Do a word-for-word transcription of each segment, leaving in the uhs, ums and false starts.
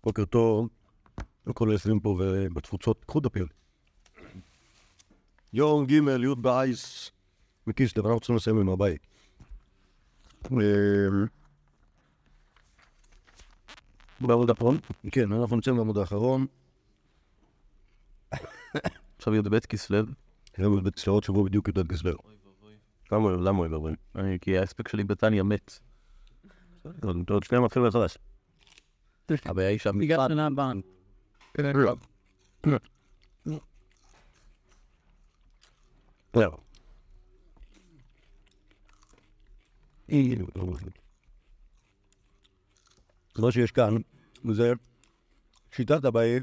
בוקר טוב, לכל היושבים פה ובתפוצות, קחו דפים. יום ג' י' באייס, מקיסלב, אנחנו צריכים לסיים עם הבית. בעמוד האחרון? כן, אנחנו נמצאים בעמוד האחרון. עכשיו י' ב' כסלו. י' ב' כסלו, עוד שבוע בדיוק י' כסלו. למה אוי ואבוי? כי ההספק שלי בטניה מת. עוד שנייה מתחיל מחדש. הבעיה היא שם הגעת שנה הבאה. זהו. מה שיש כאן זה שיטת הבעיה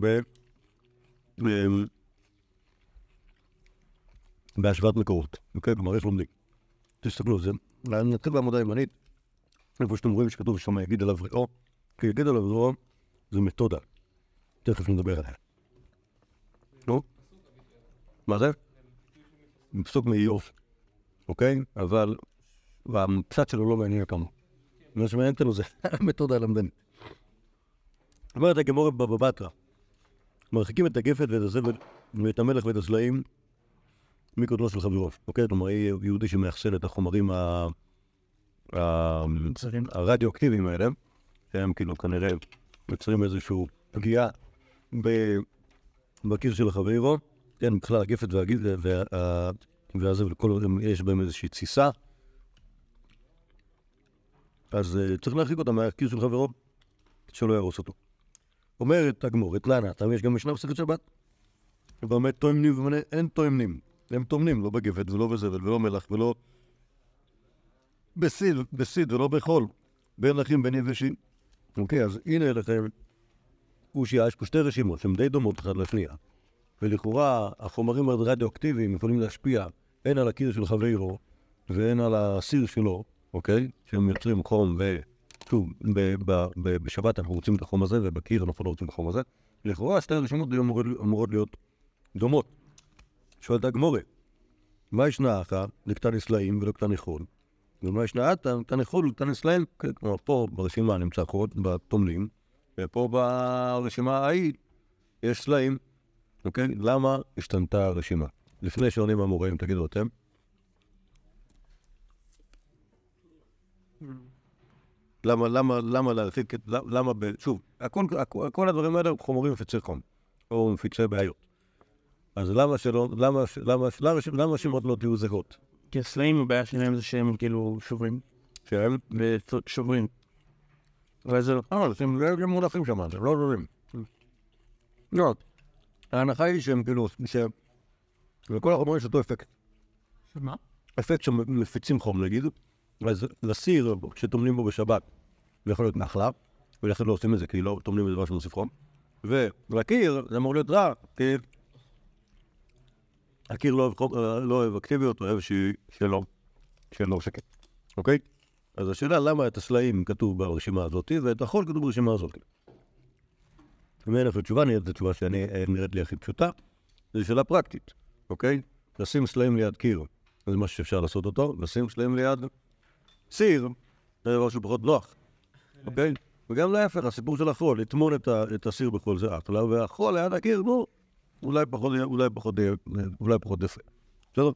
בהשוואת מקורות. אוקיי? כלומר, איך לומדים? תסתכלו על זה. נתחיל בעמודה הימנית, איפה שאתם רואים שכתוב שם יגיד עליו ראו, כי יגיד עליו ראו זה מתודה. תכף נדבר עליה. נו? מה זה? פסוק מאיוב. אוקיי? אבל הפשט שלו לא מעניין כמה. מה שמעניין אותנו זה מתודה למדנית. אומרת הגמרא בבא בתרא, מרחיקים את הגפת ואת הזבל ואת המלח ואת הסלעים מקוטנו של חברו. אוקיי? כלומר, יהודי שמאחסן את החומרים הרדיואקטיביים האלה, שהם כאילו כנראה יוצרים איזשהו פגיעה בקיר של החברו, כן, בכלל הגפת והזבל, יש בהם איזושהי תסיסה, אז צריך להרחיק אותם מהקיר של חברו, שלא ירוס אותו. אומרת הגמורת, לנה, אתה יש גם משנה מסכת שבת, ובאמת תואמנים ומנה, אין תואמנים, הם תואמנים, לא בגפת ולא בזבל ולא מלח ולא בסיד, בסיד ולא בחול, בין לחים בין יבשים. אוקיי, אז הנה לכם, אושיה, יש פה שתי רשימות שהן די דומות אחת לשנייה, ולכאורה החומרים הרדיואקטיביים יכולים להשפיע הן על הקיר של חברו והן על הסיר שלו, אוקיי? שהם יוצרים חום, ושוב, בשבת אנחנו רוצים את החום הזה, ובקיר אנחנו לא רוצים את החום הזה. לכאורה שתי הרשימות אמורות להיות דומות. שואלת הגמרא, מה ישנה אחת לקטני סלעים ולא קטני חול? ומה ישנה עתה, קטני חול ולקטני סלעים? כלומר, פה ברשימה נמצא חול בתומנים, ופה ברשימה ההיא יש סלעים. אוקיי? למה השתנתה הרשימה? לפני שעונים המוראים, תגידו אתם. למה, למה, למה להרחיק, למה, שוב, כל הדברים האלה חומרים מפיצי חום, או מפיצי בעיות. אז למה שלא, למה, למה, למה שמות לא תהיו זהות? כי הסלעים הבעיה שלהם זה שהם כאילו שוברים. שהם? ושוברים. וזה, אה, הם מונחים שם, הם לא זורים. לא. ההנחה היא שהם כאילו, ולכל החומרים יש אותו אפקט. שמה? אפקט שמפיצים חום, נגיד, אז לסיר שתומנים בו בשבת, זה יכול להיות נחלה, ולכן לא עושים את זה, כי לא תומנים בדבר שמוסיף חום, ולקיר זה אמור להיות רע, כי הקיר לא אוהב אקטיביות, הוא אוהב שלא שקט, אוקיי? אז השאלה למה את הסלעים כתוב ברשימה הזאת, ואת החול כתוב ברשימה הזאת. ואין לך תשובה, נראית את התשובה שאני נראית לי הכי פשוטה, זו שאלה פרקטית, אוקיי? לשים סלעים ליד קיר, זה משהו שאפשר לעשות אותו, לשים סלעים ליד סיר, זה דבר שהוא פחות נוח, אוקיי? וגם להפך, הסיפור של החול, לטמון את הסיר בכל זה, והחול ליד הקיר, נו, אולי פחות, אולי פחות, אולי פחות יפה. בסדר?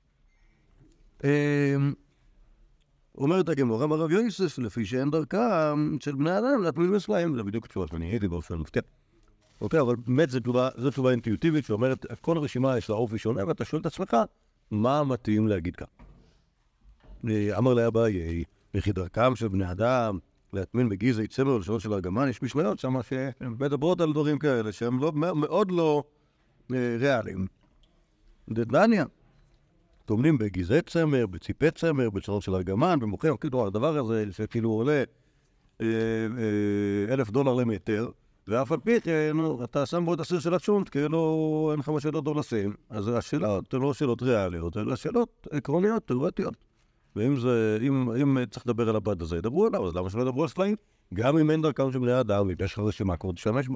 אומרת הגמרא, אמר רב יוסף, לפי שאין דרכם של בני אדם להטמין בסלעים, זה בדיוק תשובה שאני הייתי באופן מפתיע. אוקיי, אבל באמת זו תשובה אינטואיטיבית שאומרת, כל הרשימה יש לה אופי שונה, ואתה שואל את עצמך, מה מתאים להגיד כאן? אמר לאביי, וכי דרכם של בני אדם להטמין בגזעי צמר או לשונות של ארגמן, יש משניות שם שמדברות על דברים כאלה, שהם מאוד לא ריאליים. דתניא. טומנים בגזעי צמר, בציפי צמר, בצורות של ארגמן, במוחים, כאילו הדבר הזה שכאילו עולה אלף דולר למטר, ואף על פי אתה שם בו את הסיר של הצ'ונט, כאילו אין לך מה שאלות טוב לשים, אז השאלות הן לא שאלות ריאליות, אלא שאלות עקרוניות, תיאורטיות. ואם זה, אם צריך לדבר על הבד הזה, ידברו עליו, אז למה שלא ידברו על סלעים? גם אם אין דרכם של בני אדם, יש לך רשימה כבר תשתמש בה.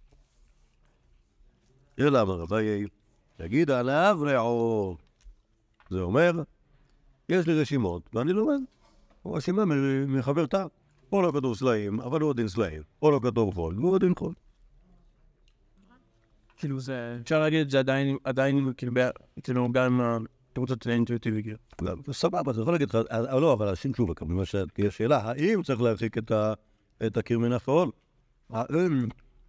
אלא אמר רביי, תגיד עליו רעו. זה אומר, יש לי רשימות, ואני לומד. רשימה מחברתה. או לא כתוב סלעים, אבל הוא עדין סלעים, או לא כתוב חול, והוא עדין חול. כאילו זה, אפשר להגיד את זה עדיין, עדיין, כאילו, כאילו, גם התירוץ האינטואיטיבי, כאילו. סבבה, אתה יכול להגיד לך, לא, אבל אשים שוב, כמובן שתהיה שאלה, האם צריך להרחיק את הקיר מן החול? האם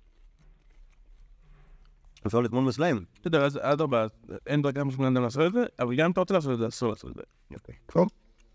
אפשר לטמון בסלעים? אתה יודע, אז אדרבה, אין דרגה משמונה אדם לעשות את זה, אבל גם אם אתה רוצה לעשות את זה, אסור לעשות את זה. טוב.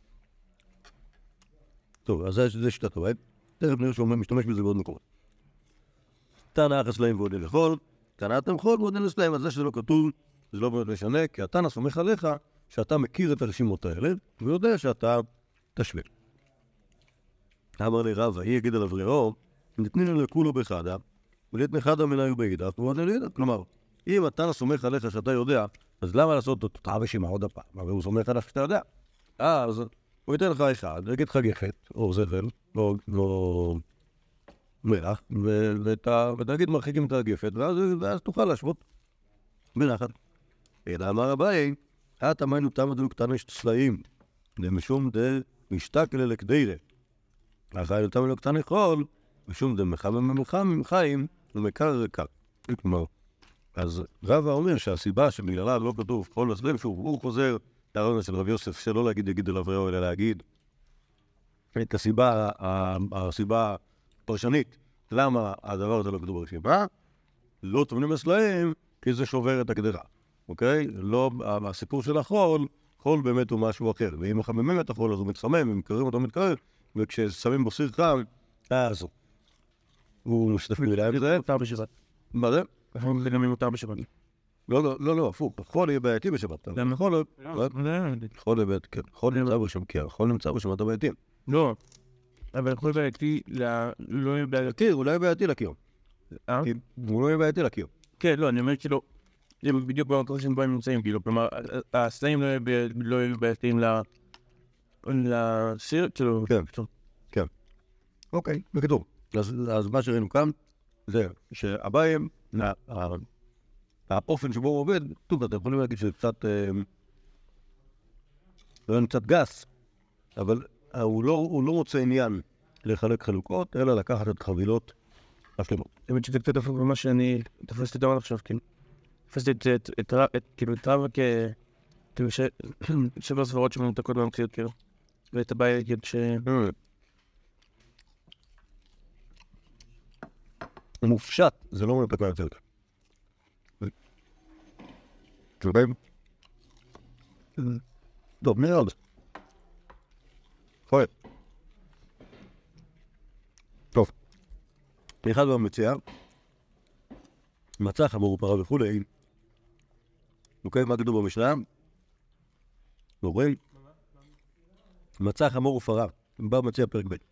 טוב, אז זה שיטה טובה. תכף נראה שהוא משתמש בזה בעוד מקומות. טענה אחת סלעים ועוד אין לחול, טענתם חול ועוד אין לסלעים, אז זה שזה לא כתוב, זה לא באמת משנה, כי אתה סומך עליך שאתה מכיר את הרשימות האלה, ויודע שאתה תשווה. אמר לי רבא, היא יגיד על אבריאו, נתנינו לכולו בחדה, ולתני חדה מנהיו בעידה, ועוד אין לידה. כלומר, אם אתה סומך עליך שאתה יודע, אז למה לעשות את אותה רשימה עוד הפעם? אבל הוא סומך עליך שאתה יודע. אה, אז הוא ייתן לך אחד, יגיד לך גחת, או זבל, או מלח, ותגיד מרחיקים את הגפת, ואז תוכל להשוות בנחת. אלא אמר אביי, את אמרנו תמה דלו קטנה סלעים, דמשום דה משתק ללקדירה. אחרי תמה דלו קטנה חול, משום דה מחמם ממחמם חיים, ומקר רקר. כלומר, אז רבא אומר שהסיבה שבגללה לא כתוב חול הסלעים, שוב, הוא חוזר לרעיון של רב יוסף, שלא להגיד יגיד על אבריאו, אלא להגיד את הסיבה, הסיבה הפרשנית, למה הדבר הזה לא כתוב ברשימה, לא טומנים בסלעים, כי זה שובר את הגדרה, אוקיי? לא, הסיפור של החול, חול באמת הוא משהו אחר, ואם מחממים את החול אז הוא מתחמם, אם מקררים אותו מתקרר, וכששמים בו סיר חם, אז הוא משתף בלעם זה. מותר בשבת. מה זה? זה גם מותר בשבת. לא, לא, לא, לא, הפוך, החול יהיה בעייתי בשבת. למה? חול, חול חול בעייתי, כן, חול נמצא בשם קיר, חול נמצא בשמת הבעייתים. לא, אבל חול בעייתי לא יהיה בעייתי. לקיר, אולי בעייתי לקיר. אה? הוא לא יהיה בעייתי לקיר. כן, לא, אני אומר כאילו, זה בדיוק במקום שבו הם נמצאים, כאילו, כלומר, הסלעים לא יהיו בעייתיים לסיר, כאילו... כן, כן. אוקיי, בקיצור. אז מה שראינו כאן, זה שהביים, האופן שבו הוא עובד, טוב, אתם יכולים להגיד שזה קצת, זה קצת גס, אבל הוא לא מוצא עניין לחלק חלוקות, אלא לקחת את חבילות השלמות. האמת שזה קצת הפוך ממה שאני תפסתי את הרב עכשיו, כאילו. תפסתי את רבא כשבע סברות שמנותקות במציאות, כאילו. ואת הבעיה יגיד ש... מופשט, זה לא מנותק מהמציאות. צודקים? טוב, נראה עוד. חוי. טוב. אחד במציאה, מצא חמור ופרה וכולי. אוקיי, מה כתוב במשנה? רואים? מצא חמור ופרה. בא מציע פרק ב'.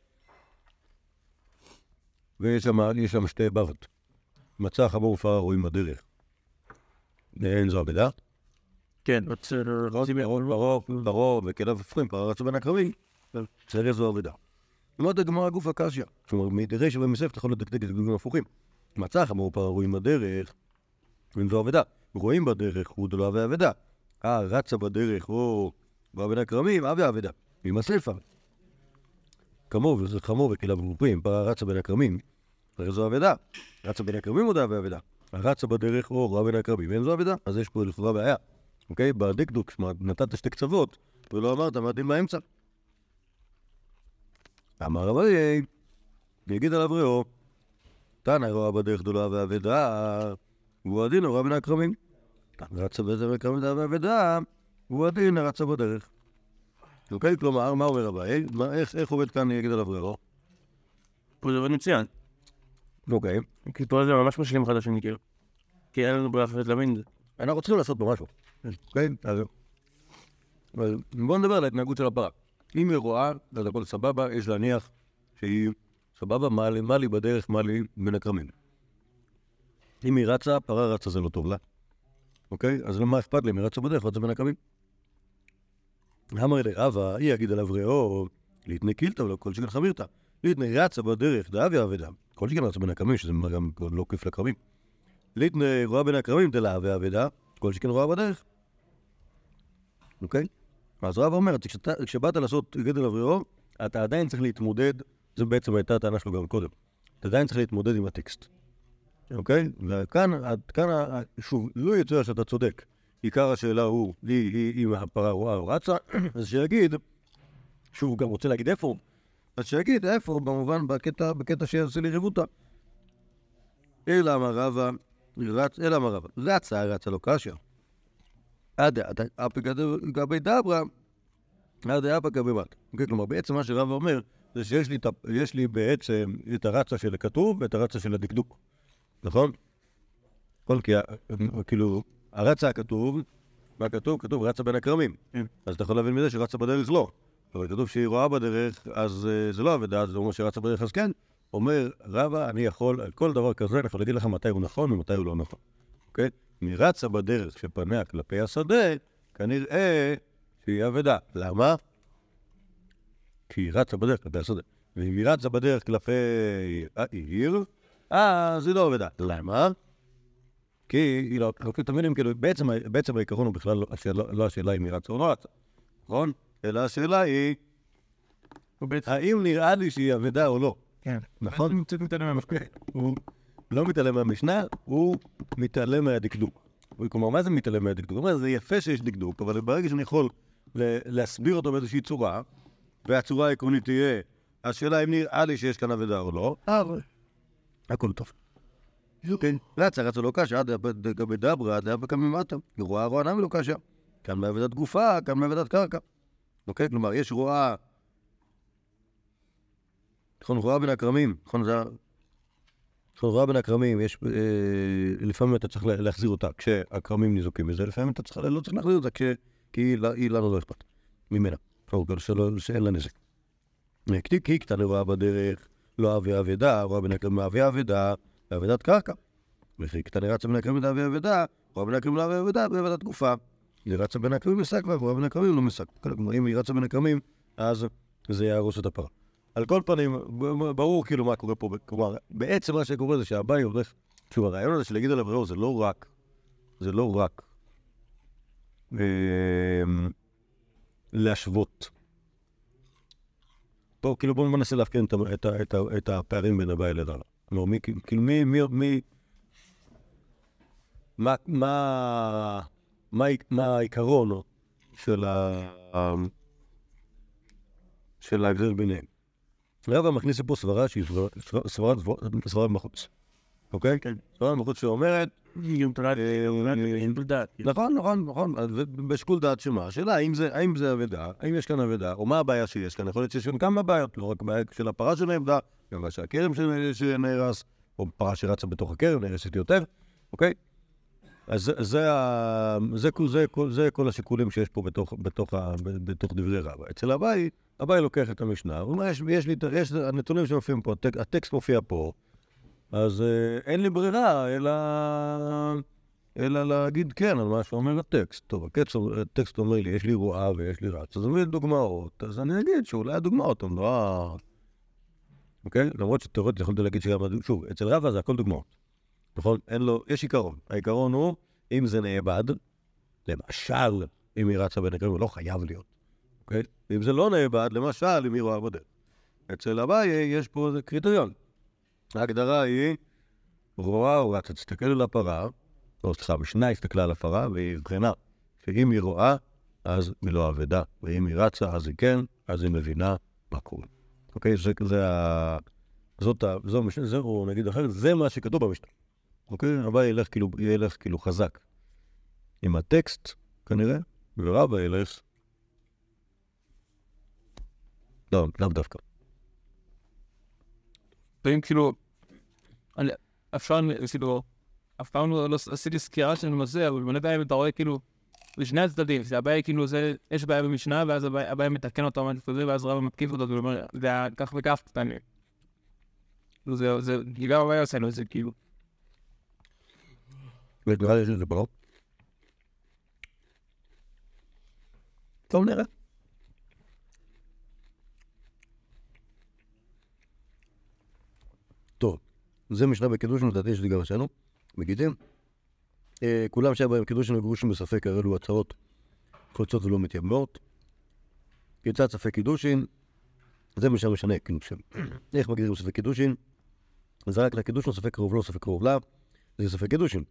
ויש שם שתי בבות. מצא חמור ופרה רואים בדרך. אין זו אבדה. כן, ברוב, ברוב, וכליו הפכים, פרה רצו בין הקרבים, צריך זו אבדה. למרות הגמרא הגוף הקשיא. כלומר, מדרי שבמסף אתה יכול לדקדק את הגלגלים הפוכים. מצא חמור ופרה רואים בדרך, אין זו אבדה. רואים בדרך, הוא דלו אבי אבדה. אה, רצה בדרך, או בא בין הקרבים, אבי אבדה. עם הספר. כמו וזה חמור וכליו הפוכים, פרה רצה בין הקרבים, צריך זו אבדה. רצה בין הקרבים עוד אבי אבדה. רצה בדרך או רע בין הקרבים, אין זו אבדה, אז יש פה לכאורה בעיה. אוקיי? בדקדוק, נתת שתי קצוות, ולא אמרת מה הדין באמצע. אמר אביי, יגיד על אבריאו, תנא רואה בדרך דולה ואבדה, הוא הדין רע בין הקרבים. רצה בדרך הקרבים ואבדה, הוא הדין רצה בדרך. אוקיי? כלומר, מה אומר אביי? איך עובד כאן יגיד על אבריאו? פה זה עובד מצוין. אוקיי. כי פה זה ממש משלים אחד לשני, כאילו. כי אין לנו ברירה אחרת להבין את זה. אנחנו צריכים לעשות פה משהו. אוקיי? אז בואו נדבר על ההתנהגות של הפרה. אם היא רואה, אז הכל סבבה, יש להניח שהיא סבבה, מה לי בדרך, מה לי בין הקרמים. אם היא רצה, פרה רצה זה לא טוב לה. אוקיי? אז למה אכפת לי? אם היא רצה בדרך, רצה בין הקרמים. אמר לי, רבא, היא יגיד על אבריאו, להתני קילתא ולא כל שכן חמירתא. להתני רצה בדרך, דאבי אבדה. כל שכן רצה בין הקרמים, שזה גם לא כיף לקרמים. להתני רואה בין הקרמים, דלאבי אבדה. כל שכן רואה בדרך. אוקיי? אז רבא אומר, כשבאת לעשות גדל אבריאו, אתה עדיין צריך להתמודד, זו בעצם הייתה הטענה שלו גם קודם. אתה עדיין צריך להתמודד עם הטקסט. אוקיי? וכאן, כאן, שוב, לא יצא שאתה צודק. עיקר השאלה הוא, היא, היא, אם הפרה רואה או רצה, אז שיגיד, שוב, הוא גם רוצה להגיד איפה, אז שיגיד איפה, במובן, בקטע, בקטע שיעשה לי רבותה. אלא אמר רבא, רץ, אלא אמר רבא, רצה, רצה לא קשיא. עד אפי גבי דברה, עד אפי גבי מת. כלומר, בעצם מה שרבא אומר, זה שיש לי, יש לי בעצם את הרצה של הכתוב ואת הרצה של הדקדוק. נכון? כל כי, כאילו, הרצה הכתוב, מה כתוב? כתוב רצה בין הכרמים. אז אתה יכול להבין מזה שרצה בדרך לא. אבל כתוב שהיא רואה בדרך, אז זה לא עבודה, זה אומר שרצה בדרך, אז כן. אומר, רבא, אני יכול, על כל דבר כזה, אני יכול להגיד לך מתי הוא נכון ומתי הוא לא נכון. אוקיי? מרצה בדרך שפניה כלפי השדה, כנראה שהיא עבודה. למה? כי היא רצה בדרך כלפי השדה. ואם היא רצה בדרך כלפי העיר, אז היא לא עובדה. למה? כי היא לא... אתם מבינים, כאילו, בעצם העיקרון הוא בכלל לא השאלה אם היא רצה או לא רצה. נכון? אלא השאלה היא, האם נראה לי שהיא עבדה או לא? כן. נכון? הוא קצת מתעלם מהמשנה. הוא לא מתעלם מהמשנה, הוא מתעלם מהדקדוק. כלומר, מה זה מתעלם מהדקדוק? הוא אומר, זה יפה שיש דקדוק, אבל ברגע שאני יכול להסביר אותו באיזושהי צורה, והצורה העקרונית תהיה, השאלה אם נראה לי שיש כאן עבדה או לא, אבל הכל טוב. כן, רצה, רצה לא קשה, עד גבי דברה, עד אבא קם ממטה. רואה, רואה נמי לא קשה. כאן מעבדת גופה, כאן מעבדת קרקע. אוקיי? כלומר, יש רואה... נכון, רואה בין הכרמים. נכון, זה... נכון, רואה בין הכרמים, יש... לפעמים אתה צריך להחזיר אותה כשהכרמים ניזוקים מזה, לפעמים אתה לא צריך להחזיר אותה כי היא לנו לא אכפת. ממנה. שאין לה נזק. כי היא קטנה רואה בדרך, לא אבי אבדה, רואה בין הכרמים אבי אבדה, בעבודת קרקע. וכי קטנה רצה בין הכרמים לאבי אבדה, רואה בין הכרמים לאבי אבדה, בעבודת גופה. היא רצה בין הכרמים מסק, ורואה בין הכרמים לא מסק. כלומר, אם היא רצה בין הכרמים, אז זה יהרוס את הפרה. על כל פנים, ברור כאילו מה קורה פה. כלומר, בעצם מה שקורה זה שהבאי הולך... שוב, הרעיון הזה של להגיד על הברור זה לא רק, זה לא רק להשוות. פה, כאילו, בואו ננסה להפקן את הפערים בין הבאי לדרלה. כלומר, מי, כאילו, מי, מי, מי, מה, מה, מה, מה העיקרון של ה... של ההבדל ביניהם. רבא מכניס לפה סברה שהיא סברה בחוץ. אוקיי? כן. סברה בחוץ שאומרת... נכון, נכון, נכון. בשקול דעת שמה. השאלה, האם זה עבדה, האם יש כאן עבדה, או מה הבעיה שיש כאן? יכול להיות שיש כאן כמה בעיות, לא רק בעיה של הפרה שנעבדה, גם בעיה של הכרם שנהרס, או פרה שרצה בתוך הכרם, נהרסת יותר, אוקיי? אז זה כל השיקולים שיש פה בתוך דברי רבא. אצל הבאי, הבאי לוקח את המשנה, הוא אומר, יש לי, יש הנתונים שמופיעים פה, הטקסט מופיע פה, אז אין לי ברירה, אלא, אלא להגיד כן על מה שאומר הטקסט. טוב, הטקסט אומר לי, יש לי רואה ויש לי רץ, אז אני מביא דוגמאות, אז אני אגיד שאולי הדוגמאות הן לא... אוקיי? למרות שתיאורטית יכולתי להגיד שגם, שוב, אצל רבא זה הכל דוגמאות. נכון? אין לו, יש עיקרון. העיקרון הוא, אם זה נאבד, למשל, אם היא רצה בין הכרמים, לא חייב להיות. אוקיי? אם זה לא נאבד, למשל, אם היא רואה בדרך. אצל הבאי יש פה איזה קריטריון. ההגדרה היא, רואה או רצה, תסתכל על הפרה, או סליחה, משנה הסתכלה על הפרה, והיא הבחינה שאם היא רואה, אז היא לא עבדה. ואם היא רצה, אז היא כן, אז היא מבינה מה קורה. אוקיי? זה, זה ה... זאת ה... זו המשנה, זהו, נגיד אחרת, זה מה שכתוב במשנה. אוקיי? הבא ילך כאילו, ילך כאילו חזק עם הטקסט, כנראה, ורבא ילך... לא, לאו דווקא. ואם כאילו, אני, אפשר, כאילו, אף פעם לא עשיתי סקירה של זה, אבל בני בעיה אתה רואה כאילו, לשני הצדדים, זה הבעיה כאילו, זה, יש בעיה במשנה, ואז הבעיה מתקן אותה, ואז רבא מתקיף אותה, ואומר, זה היה כך וכך, תעני. זה, זה, גם הבעיה עושה לו את זה, כאילו. ונראה לי שזה ברור. טוב, נראה. טוב, זה משנה בקידושין, לדעתי יש לי גם אצלנו, מגידים. כולם שהיה בהם קידושין וגרושים בספק, הרי אלו הצעות חולצות ולא מתייבמות. כיצד ספק קידושין? זה מה שמשנה, כאילו, איך מגדירים ספק קידושין? זה רק לקידושין, ספק קרוב לא, ספק קרוב לא, זה ספק קידושין.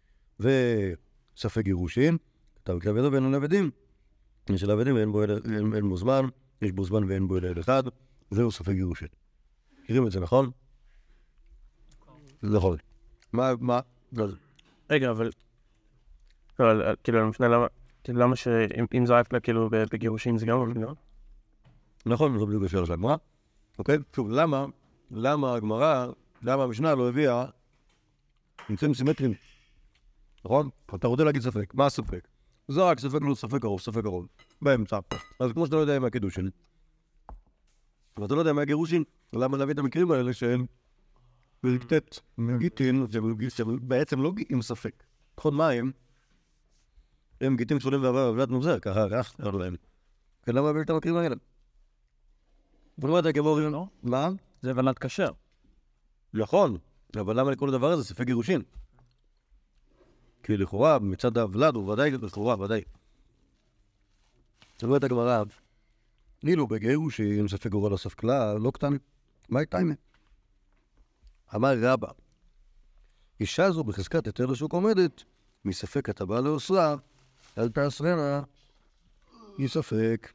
וספק גירושין, כתב בכתב ידו ואין לו עבדים. יש על עבדים ואין בו אין, אין בו זמן, יש בו זמן ואין בו אל אחד, זהו ספק גירושין. מכירים את זה, נכון? נכון. מה, מה? רגע, אבל... כאילו, למשנה, למה... למה שאם זה רק כאילו בגירושים זה גם לא? נכון, זו בדיוק השאלה של הגמרא. אוקיי? שוב, למה, למה הגמרא, למה המשנה לא הביאה נמצאים סימטריים? נכון? אתה רוצה להגיד ספק, מה הספק? זה רק ספק לא ספק קרוב, ספק קרוב. באמצע. אז כמו שאתה לא יודע מה הקידושין, ואתה לא יודע מה הגירושין, למה להביא את המקרים האלה שהם בלקטט גיטין, שבעצם לא גיטים ספק. נכון, מה הם? הם גיטים שולים ועבודת מוזר, ככה, ככה, ככה להם. כן, למה להביא את המקרים האלה? ולמה אתה כמו אומרים, מה? זה הבנת כשר. נכון, אבל למה לכל הדבר הזה ספק גירושין? כי לכאורה, מצד הוולד הוא ודאי, לכאורה, ודאי. זאת אומרת הגמרא, אילו בגירושין ספק גורל אסף כלל, לא קטן. מה הייתה אימה? אמר רבא, אישה זו בחזקת היתר לשוק עומדת, מספק אתה בא לאוסרה, אל תאסרנה, היא ספק.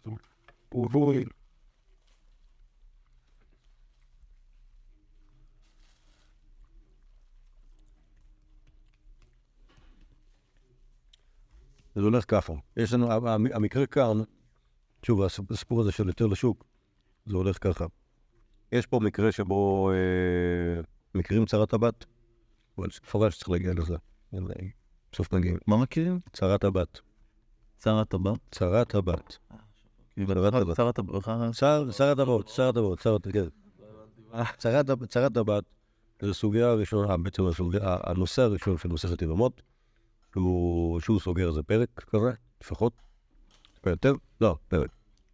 זה הולך ככה. יש לנו, המקרה כאן, שוב, הסיפור הזה של היתר לשוק, זה הולך ככה. יש פה מקרה שבו אה, מקרים צרת הבת, אבל פורש שצריך להגיע לזה. בסוף נגיע. מה מכירים? צרת הבת. צרת הבת? צרת הבת. צרת הבת. צרת הבת. צרת הבת, צרת הבת, צרת הבת. צרת הבת, זו סוגיה הראשונה, בעצם הנושא הראשון של מסכת יבמות, שהוא סוגר איזה פרק כזה, לפחות. יותר? לא, פרק.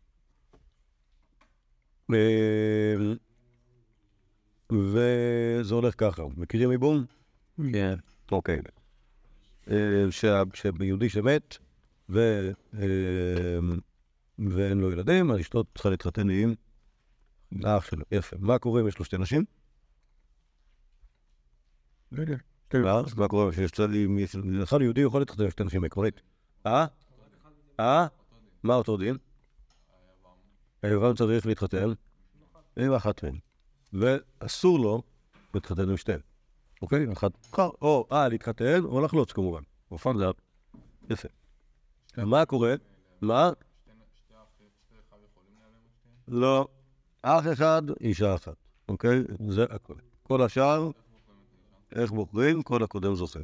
וזה הולך ככה, מכירים איבום? כן. אוקיי. שביהודי שמת ואין לו ילדים, אשתו צריכה להתחתן עם האח שלו. יפה. מה קורה אם יש לו שתי נשים? ואז מה קורה? אחד יהודי יכול להתחתן עם שתי נשים עקרונית. אה? אה? מה אותו דין? היוון צריך להתחתן עם אחת מהן. ואסור לו להתחתן עם שתיהן. אוקיי? אחת. או אה, להתחתן או לחלוץ כמובן. אופן זה יפה. מה קורה? מה? לא. אח אחד, אישה אחת. אוקיי? זה הכל. כל השאר, איך בוחרים? כל הקודם זוכה.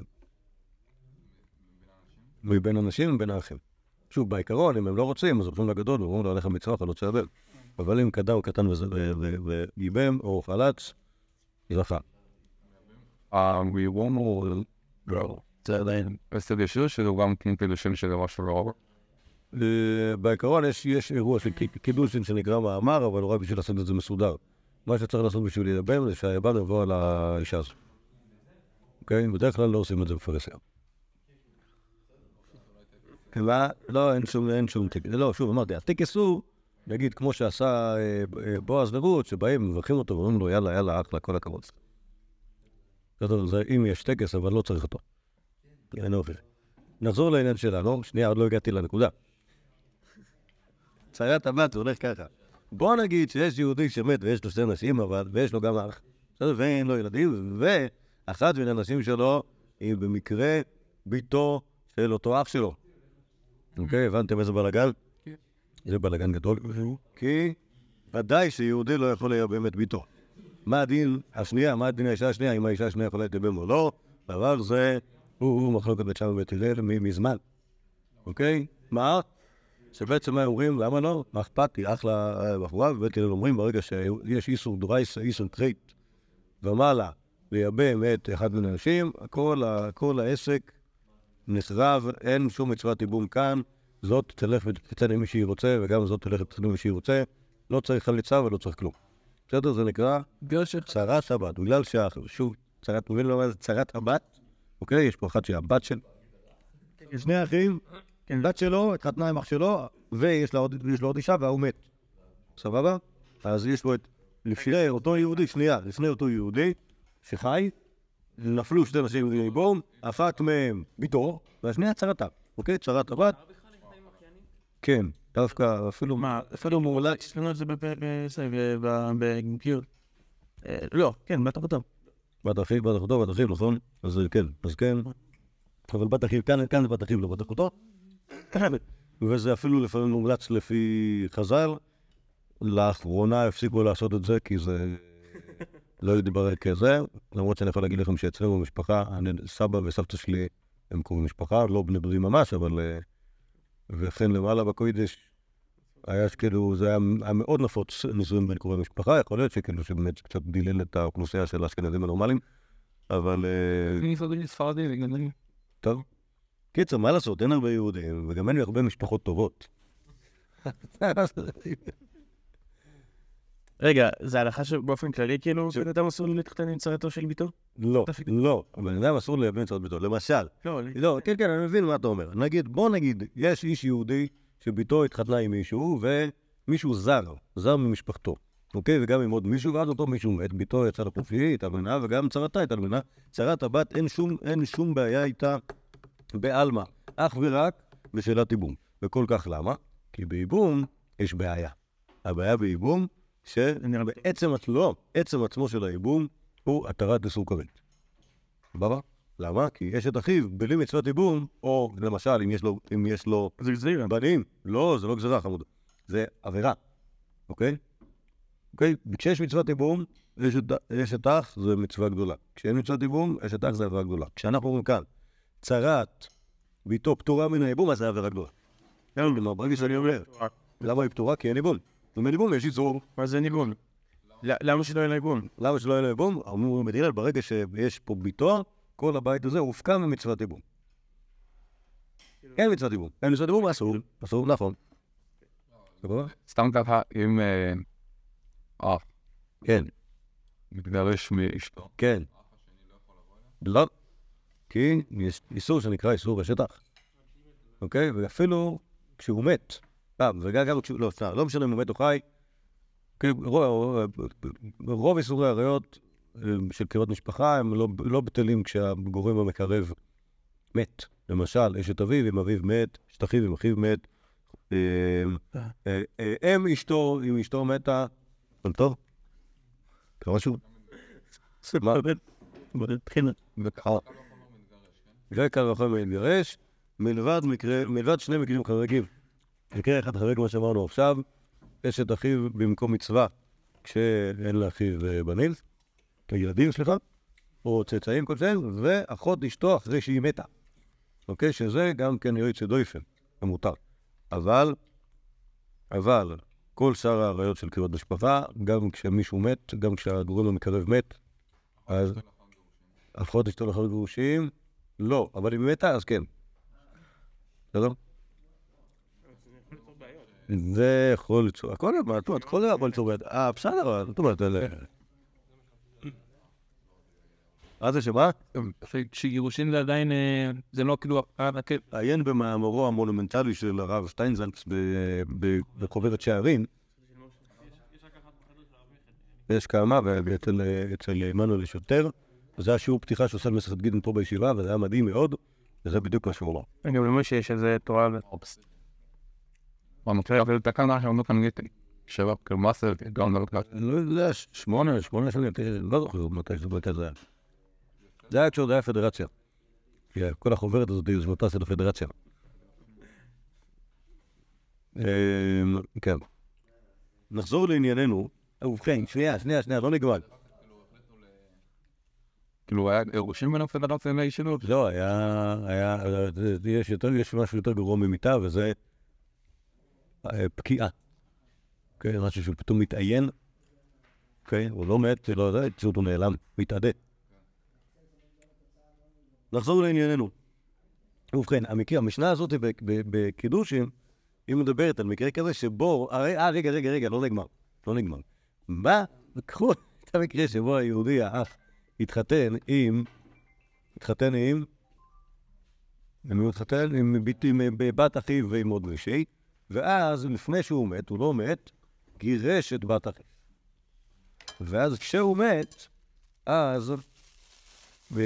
מבין אנשים ובין האחים. שוב, בעיקרון, אם הם לא רוצים, אז הולכים לגדול, ואומרים לו, עליך מצווה, אתה לא תשאבל. אבל אם קדם קטן וייבם, או חלץ, יזכה. הריבון הוא... לא. זה עדיין. אסתר ישיר שזה גם קידושין שזה משהו לא... בעיקרון יש אירוע של קידושין שנקרא מאמר, אבל רק בשביל לעשות את זה מסודר. מה שצריך לעשות בשביל להיבם זה שהיבם יבוא על האישה הזו. אוקיי? בדרך כלל לא עושים את זה בפרסיה. מה? לא, אין שום, אין שום טקס. לא, שוב, אמרתי, הטקס הוא, נגיד, כמו שעשה בועז ורות, שבאים, מברכים אותו, ואומרים לו, יאללה, יאללה, אחלה, כל הכבוד. זה אם יש טקס, אבל לא צריך אותו. אין אופי. נחזור לעניין שלנו, שנייה, עוד לא הגעתי לנקודה. צרת הבת, זה הולך ככה. בוא נגיד שיש יהודי שמת ויש לו שתי נשים, אבל, ויש לו גם אח, ואין לו ילדים, ואחת מן הנשים שלו היא במקרה ביתו של אותו אח שלו. אוקיי, הבנתם איזה בלגן? כן. זה בלגן גדול. כי ודאי שיהודי לא יכול לייבם את ביתו. מה הדין השנייה, מה הדין האישה השנייה, אם האישה השנייה יכולה להתייבם או לא, אבל זה, הוא מחלוקת בית שם ובית הלל מזמן. אוקיי? מה? שבעצם מה אומרים, למה לא? מה אכפת לי, אחלה בחורה, ובית הלל אומרים, ברגע שיש איסור דורייסה, איסור טרייט, ומעלה, לייבם את אחד מן האנשים, כל העסק נסרב, אין שום מצוות ייבום כאן, זאת תלך ותצא למי שהיא רוצה, וגם זאת תלך ותצא למי שהיא רוצה, לא צריך חליצה ולא צריך כלום. בסדר, זה נקרא צרת הבת, בגלל ששוב, צרת, מבין לו מה זה צרת הבת, אוקיי, יש פה אחת שהיא הבת של שני אחים, בת שלו, התחתנה עם אח שלו, ויש לה עוד אישה והוא מת. סבבה? אז יש פה את, לפני אותו יהודי, שנייה, לפני אותו יהודי שחי, נפלו שתי נשים בייבום, אחת מהם ביתו, והשנייה צרתה, אוקיי? צרת הבת. כן, דווקא אפילו... מה, אפילו מעולה... יש לנו את זה בגיור. לא, כן, בת אחותו. בת אחיו, בת אחותו, בת אחיו, נכון? אז כן, אז כן. אבל בת אחיו, כאן, כאן זה בת אחיו, לא בת אחותו. וזה אפילו לפעמים מומלץ לפי חז"ל. לאחרונה הפסיקו לעשות את זה, כי זה לא יתברר כזה. למרות שאני יכול להגיד לכם שאצלנו במשפחה, סבא וסבתא שלי הם קרובי משפחה, לא בני דודים ממש, אבל... וכן למעלה בקוידש, היה כאילו, זה היה, היה מאוד נפוץ נישואים בין קרובי משפחה, יכול להיות שכאילו שבאמת קצת דילל את האוכלוסייה של האשכנזים הנורמליים, אבל... אני ספרדי, ספרדי, בגלל טוב. קיצר, מה לעשות, אין הרבה יהודים, וגם אין הרבה משפחות טובות. רגע, זה הלכה שבאופן כללי כאילו, בן אדם אסור להתחתן עם צרתו של ביתו? לא, לא, בן אדם אסור להבין צרת ביתו, למשל. לא, לא, כן, כן, אני מבין מה אתה אומר. נגיד, בוא נגיד, יש איש יהודי שביתו התחתנה עם מישהו, ומישהו זר, זר ממשפחתו. אוקיי? וגם עם עוד מישהו, ואז אותו מישהו מת, ביתו יצא לחופשי, התאלמנה, וגם צרתה התאלמנה. צרת הבת, אין שום, אין שום בעיה איתה בעלמא, אך ורק בשאלת ייבום. וכל כך למה? כי בייבום יש בעיה. הבעיה בייבום, שבעצם עצמו, עצם עצמו של הייבום, הוא התרת איסור כרת. סבבה? למה? כי יש את אחיו בלי מצוות ייבום, או למשל, אם יש לו, אם יש לו זה גזירה. בנים. לא, זה לא גזירה, חמוד. זה עבירה. אוקיי? אוקיי? כשיש מצוות ייבום, יש את, יש את אח, זה מצווה גדולה. כשאין מצוות ייבום, יש את אח, זה עבירה גדולה. כשאנחנו אומרים כאן, צרת ביתו פטורה מן הייבום, אז זה עבירה גדולה. כלומר, ברגע שאני אומר, למה היא פטורה? כי אין ייבום. ומן ייבום יש איסור. מה זה ניבון? למה שלא יהיה ניבון? למה שלא יהיה ייבום? אמרו מדינה, ברגע שיש פה ביתו, כל הבית הזה הופקע ממצוות ייבום. אין מצוות ייבום. אין מצוות ייבום, אסור. אסור, נכון. סתם ככה, אם... אה, כן, מתגרש מאשתו. כן. לא. כי יש איסור שנקרא איסור אשת אח. אוקיי? ואפילו כשהוא מת. אה, וגם גם כשהוא... לא, סתם, לא משנה אם הוא מת או חי. רוב איסורי עריות של קריאות משפחה הם לא, לא בטלים כשהגורם המקרב מת. למשל, אשת אביו עם אביו מת, אשת אחיו עם אחיו מת. אם אשתו, אם אשתו מתה, אבל טוב. קרה משהו? מה? בבחינה. זה קרה לכם להתגרש, מלבד מקרה, מלבד שני מקרים חריגים. מקרה אחד חריג מה שאמרנו עכשיו, אשת אחיו במקום מצווה, כשאין לאחיו בנים, ילדים, סליחה, או צאצאים כלשהם, ואחות אשתו אחרי שהיא מתה. אוקיי? שזה גם כן יועץ דויפן, המותר. אבל, אבל, כל שאר העריות של קריאות משפחה, גם כשמישהו מת, גם כשהגורם המקרב מת, אז אחות אשתו לאחר גירושים, לא, אבל אם היא מתה, אז כן. בסדר? זה יכול ליצור, הכל מה, זאת אומרת, כל זה יכול ליצור, אה, בסדר, זאת אומרת, מה זה שמה? שגירושין זה עדיין, זה לא כאילו... עיין במאמרו המונומנטלי של הרב שטיינזלץ בחוברת שערים. יש כמה, ואצל עמנואל יש יותר. זה היה שיעור פתיחה שעושה למסכת גיטין פה בישיבה, וזה היה מדהים מאוד, וזה בדיוק מה שהוא אמר. אני גם אומר שיש איזה תורה... מה נוצא, אבל תקנה שאומרת כאן גיטין. שבע, כאילו מה זה, גם לא לקראת. לא יודע, שמונה, שמונה שנים, לא זוכר מתי זה בית הזה היה. זה היה כשעוד היה פדרציה. כל החוברת הזאת היא יוזמתה של הפדרציה. כן. נחזור לענייננו. ובכן, שנייה, שנייה, שנייה, לא נגמר. כאילו היה גירושים בין הפדרציה לאישיות. לא, היה, היה, יש יותר, יש משהו יותר גרוע ממיתה, וזה פקיעה. כן, משהו שהוא פתאום מתעיין. כן, הוא לא מת, לא יודע, פשוט הוא נעלם, מתעדה. נחזור לענייננו. ובכן, המקרה, המשנה הזאת בקידושים, היא מדברת על מקרה כזה שבו, אה, רגע, רגע, רגע, לא נגמר, לא נגמר. מה? קחו את המקרה שבו היהודי, האח, התחתן עם, התחתן עם, הוא התחתן עם בת אחיו ועם עוד מישהי, ואז לפני שהוא מת, הוא לא מת, גירש את בת אחיו. ואז כשהוא מת, אז, ו...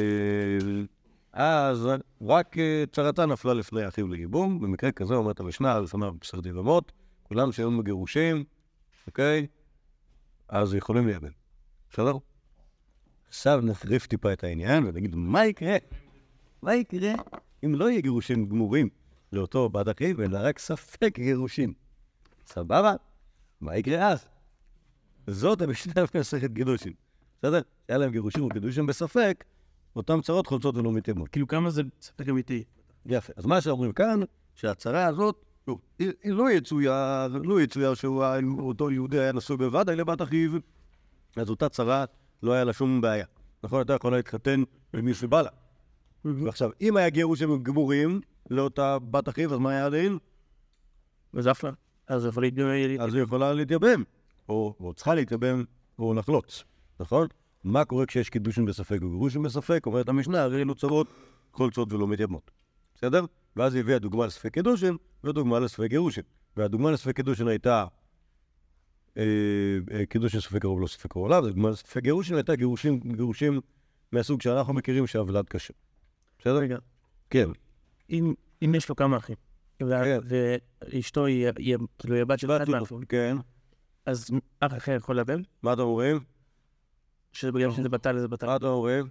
אז רק צרתה נפלה לפני אחיו לייבום. במקרה כזה אומרת המשנה, לפניו בשר דיבמות, כולם שהיו מגירושים, אוקיי? אז יכולים לייבם. בסדר? עכשיו נחריף טיפה את העניין ונגיד, מה יקרה? מה יקרה אם לא יהיה גירושים גמורים לאותו בת אחיו, אלא רק ספק גירושים? סבבה? מה יקרה אז? זאת המשנה במסכת קידושין. בסדר? היה להם גירושים וקידושים בספק, אותם צרות חולצות ולא מתיימות. כאילו כמה זה ספק אמיתי? יפה. אז מה שאומרים כאן, שהצרה הזאת, היא היא לא יצויה, לא יצויה שהוא אותו יהודי היה נשוי בוודאי לבת אחיו, אז אותה צרה לא היה לה שום בעיה. נכון, אתה יכול להתחתן במי שבא לה. ועכשיו, אם היה גירושים גמורים לאותה בת אחיו, אז מה היה הדין? וזה אף פעם. אז זה יכול להתגמר. אז היא יכולה להתייבם, או, או צריכה להתייבם, או לחלוץ, נכון? מה קורה כשיש קידושים בספק וגירושים בספק? אומרת המשנה, הרי אלו צרות חולצות ולא מתייבמות. בסדר? ואז היא הביאה דוגמה לספק קידושים ודוגמה לספק גירושים. והדוגמה לספק קידושים הייתה אה, אה, קידושים ספק קרוב לא ספק קרוב עליו, ודוגמה לספק גירושים הייתה גירושים, גירושים מהסוג שאנחנו מכירים שהוולד קשה. בסדר? רגע. כן. אם אם יש לו כמה אחים, כן. ואשתו היא היא- כאילו היא הבת של אחד מהאחים, כן. אז אח אחר יכול לבן? מה אתם אומרים? שזה בגלל שזה בטל, זה בטל. מה אתם אומרים?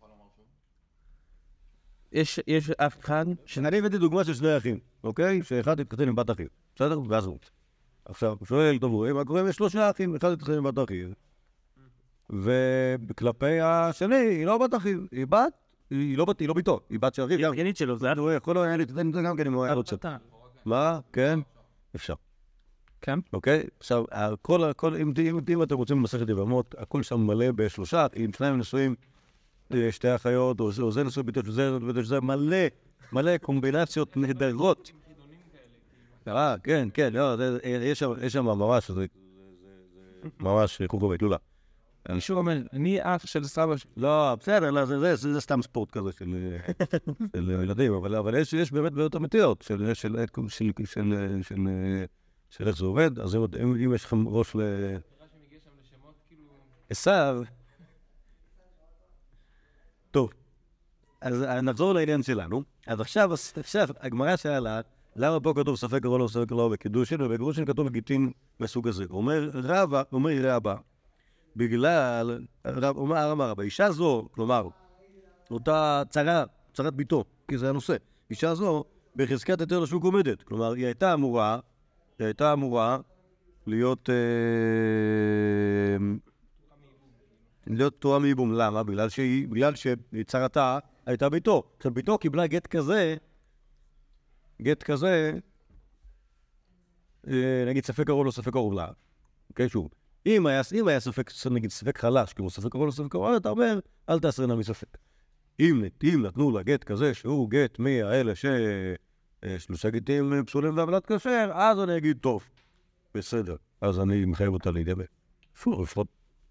יש יש אח אחד אני הבאתי דוגמה של שני אחים, אוקיי? שאחד התחתן עם בת אחיו, בסדר? ואז הוא. עכשיו, הוא שואל, טוב, רואים מה קורה עם שלושה אחים, אחד התחתן עם בת אחיו, וכלפי השני, היא לא בת אחיו, היא בת, היא לא בת, היא לא ביתו, היא בת של אחיו. היא אחיינית שלו, זה הוא יכול היה להתחתן עם זה גם כן אם הוא היה רוצה. מה? כן? אפשר. כן? אוקיי? עכשיו, הכל, הכל, אם, אם, אם אתם רוצים במסכת יבמות, הכל שם מלא בשלושה, אם שניים נשואים, אה, שתי אחיות, או זה, או זה נשוי ביתו של זה, ביתו של זה, מלא, מלא קומבינציות נהדרות. אה, כן, כן, לא, זה, יש שם, יש שם ממש, זה, ממש קורקובי, תלולה. מישהו אומר, אני אח של סבא שלי. לא, בסדר, לא, זה, זה, זה, זה סתם ספורט כזה של, של ילדים, אבל, אבל יש, יש באמת בעיות אמיתיות של, של, של, של, של, של, של איך זה עובד, אז אם, אם, אם יש לכם ראש ל... עשיו... טוב, אז נחזור לעניין שלנו. אז עכשיו, עכשיו, הגמרא שאלה, למה פה כתוב ספק קרוב לא ספק קרוב בקידושין, ובגירושין כתוב בגיטין מסוג הזה. אומר רבא, אומר רבא, בגלל, רב, אומר הרב רבא, אישה זו, כלומר, אותה צרה, צרת ביתו, כי זה הנושא, אישה זו בחזקת היתר לשוק עומדת, כלומר, היא הייתה אמורה, היא הייתה אמורה להיות, אה, להיות פטורה מייבום. למה? בגלל שהיא, בגלל שצרתה הייתה ביתו. עכשיו, ביתו קיבלה גט כזה, גט כזה, אה, נגיד ספק קרוב לא ספק קרוב לה. אוקיי, שוב. אם היה, אם היה ספק, נגיד ספק חלש, כמו ספק קרוב לא ספק קרוב, אתה אומר, אל תעשרנה מספק. אם, אם נתנו לה גט כזה, שהוא גט מהאלה ששלושה גטים פסולים והוולד כשר, אז אני אגיד, טוב, בסדר, אז אני מחייב אותה להתייבם. פו, לפחות.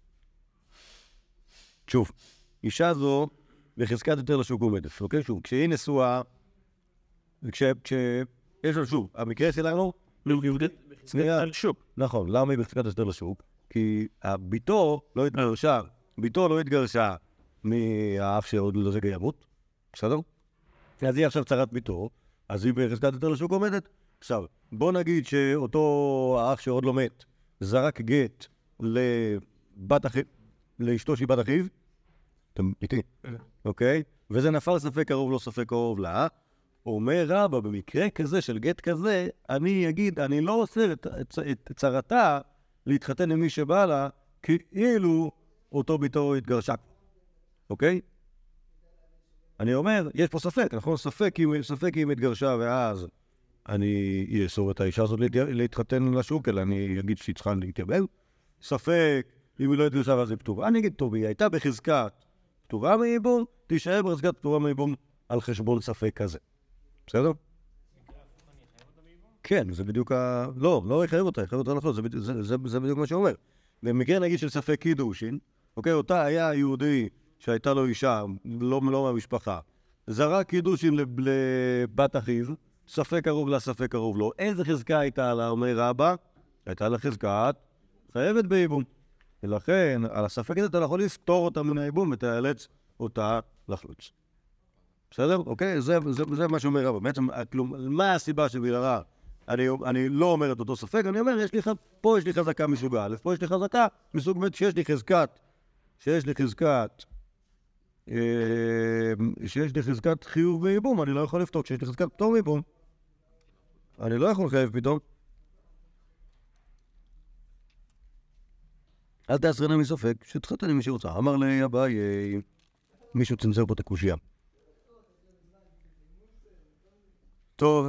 שוב, אישה זו בחזקת היתר לשוק עומדת, אוקיי? שוב, כשהיא נשואה, וכש... כש... יש לה שוב, המקרה שלנו, לא יהודית, על שוק. נכון, למה היא בחזקת היתר לשוק? כי ביתו לא התגרשה, ביתו לא התגרשה מהאף שעוד לרגע ימות, בסדר? אז היא עכשיו צרת ביתו, אז היא בחזקת היתר לשוק עומדת. עכשיו, בוא נגיד שאותו האח שעוד לא מת, זרק גט לבת אחיו, לאשתו שהיא בת אחיו, אתם איתי, אוקיי? וזה נפל ספק קרוב לא ספק קרוב לה, אומר רבא, במקרה כזה של גט כזה, אני אגיד, אני לא אוסר את, את, את צרתה להתחתן עם מי שבא לה, כאילו אותו ביתו התגרשה, אוקיי? אני אומר, יש פה ספק, נכון? ספק אם, ספק אם התגרשה, ואז אני אאסור את האישה הזאת להת... להתחתן לשוק, אלא אני אגיד שהיא צריכה להתייבם. ספק אם היא לא התגרשה ואז היא פטורה. אני אגיד, טוב, היא הייתה בחזקת פטורה מייבום, תישאר בחזקת פטורה מייבום על חשבון ספק כזה. בסדר? כן, זה בדיוק ה... לא, לא יחייב אותה, יחייב אותה לחלוט, זה, זה, זה, זה בדיוק מה שאומר. במקרה נגיד של ספק קידושין, אוקיי, אותה היה יהודי שהייתה לו אישה, לא, לא מהמשפחה, זרק קידושין לבת אחיו, ספק קרוב לה, ספק קרוב לו. איזה חזקה הייתה לה, אומר רבא? הייתה לה חזקת חייבת בייבום. ולכן, על הספק הזה אתה לא יכול לפתור אותה מן הייבום ותאלץ אותה לחלוץ. בסדר? אוקיי? זה, זה, זה מה שאומר רבא. בעצם, כלום, מה הסיבה שבגללה אני, אני לא אומר את אותו ספק? אני אומר, יש לי, פה יש לי חזקה מסוג א', פה יש לי חזקה מסוג ב', שיש לי חזקת, שיש לי חזקת, אה, שיש לי חזקת חיוב בייבום, אני לא יכול לפתור. כשיש לי חזקת פטור מייבום, אני לא יכול לחייב פתאום. אל תעשרנה מספק, שתחתן עם מי שרוצה. אמר לי, אביי, מישהו צנזר פה את הקושייה. טוב,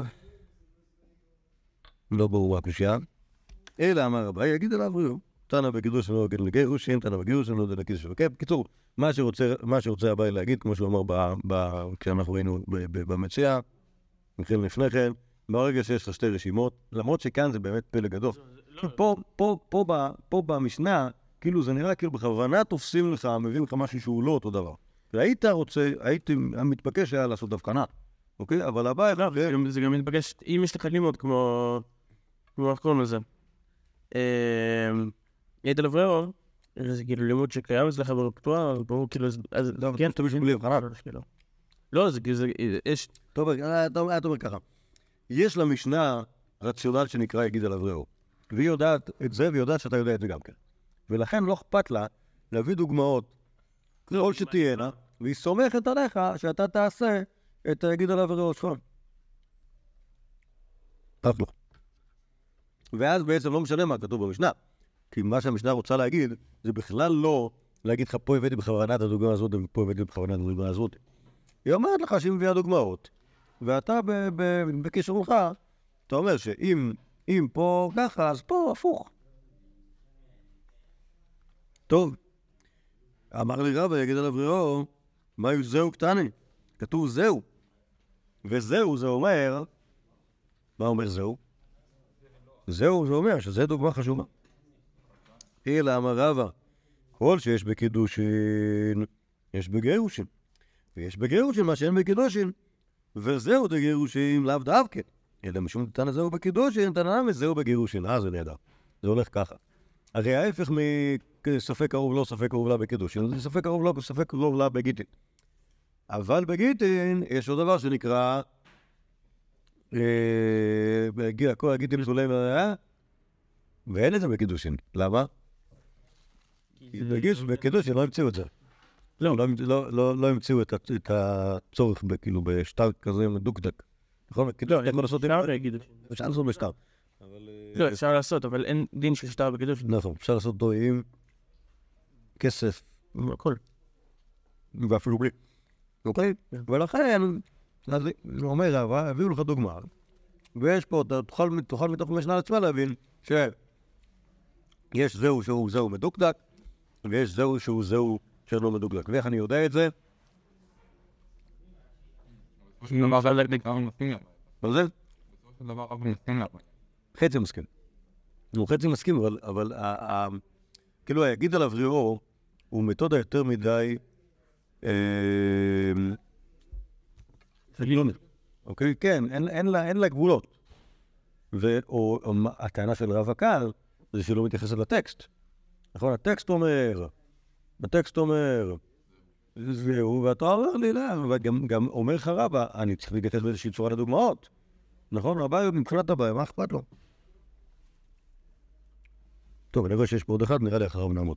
לא ברור מה הקושייה, אלא אמר אביי, יגיד אליו ריאו, תנא בקידוש ולא יגיד לגירושין, תנא בגירוש ולא יגיד לקידוש ולא. בקיצור, מה שרוצה, מה שרוצה אביי להגיד, כמו שהוא אמר ב, ב, כשאנחנו ראינו במציאה, מכן לפני כן, ברגע שיש לך שתי רשימות, למרות שכאן זה באמת פלא גדול. פה, פה, פה, פה, פה במשנה, כאילו זה נראה כאילו בכוונה תופסים לך, מביאים לך משהו שהוא לא אותו דבר. והיית רוצה, הייתי מתבקש היה לעשות הבחנה, אוקיי? אבל הבא, זה גם מתבקש, אם יש לך לימוד כמו, כמו איך קוראים לזה, יד על אברהו, זה כאילו לימוד שקיים אצלך ברפטואר, ברור כאילו, אז כן, אתה משהו בלי הבחנה. לא, זה יש... טוב, אתה אומר ככה, יש למשנה רציונל שנקרא יגיד על אברהו, והיא יודעת את זה, והיא יודעת שאתה יודע את זה גם כן. ולכן לא אכפת לה להביא דוגמאות כל שתהיינה, והיא סומכת עליך שאתה תעשה את היגיד על אברהו שלך. אף לא. ואז בעצם לא משנה מה כתוב במשנה, כי מה שהמשנה רוצה להגיד, זה בכלל לא להגיד לך פה הבאתי בכוונת הדוגמה הזאת, ופה הבאתי בכוונת הדוגמה הזאת. היא אומרת לך שהיא מביאה דוגמאות, ואתה בכישרונך, אתה אומר שאם אם פה ככה, אז פה הפוך. טוב, אמר לי רבא, יגיד על אברהו, מה זהו קטני? כתוב זהו. וזהו זה אומר, מה אומר זהו? זהו זה אומר שזה דוגמה חשובה. אלא אמר רבא, כל שיש בקידושין, יש בגירושין. ויש בגירושין מה שאין בקידושין, וזהו דגירושין לאו דווקא. אלא משום תנא זהו בקידושין, תנא נמי זהו בגירושין. אה, זה נהדר. זה הולך ככה. הרי ההפך מספק קרוב לא, ספק קרוב לה בקידושין, זה ספק קרוב לא, ספק קרוב לה בגיטין. אבל בגיטין יש עוד דבר שנקרא, כל הגיטין פסולים, ואין את זה בקידושין. למה? בקידושין לא המציאו את זה. לא, לא המציאו את הצורך כאילו בשטר כזה מדוקדק. נכון? לא, יכול לעשות אפשר להגיד. אפשר לעשות בשטר. לא, אפשר לעשות, אבל אין דין של שטר בקידושין. נכון, אפשר לעשות דו עם כסף, הכל. ואפילו בלי. אוקיי? ולכן, אז הוא אומר, הביאו לך דוגמה, ויש פה, תוכל מתוך המשנה לעצמה להבין, שיש זהו שהוא זהו מדוקדק, ויש זהו שהוא זהו שאינו מדוקדק. ואיך אני יודע את זה? דבר זה נקרא מסכים. מה זה? דבר רב מסכים לה. חצי מסכים. הוא חצי מסכים, אבל כאילו היגיד על אברהו הוא מתודה יותר מדי סגלונית. אוקיי? כן, אין לה גבולות. והטענה של רב הקל זה שלא מתייחסת לטקסט. נכון? הטקסט אומר, הטקסט אומר, זהו, ואתה אומר לי, לא, וגם אומר לך רבא, אני צריך להתייחס באיזושהי צורה לדוגמאות. נכון? רבא מבחינת הבעיה, מה אכפת לו? טוב, אני רואה שיש פה עוד אחד, נראה לי אחריו נעמוד.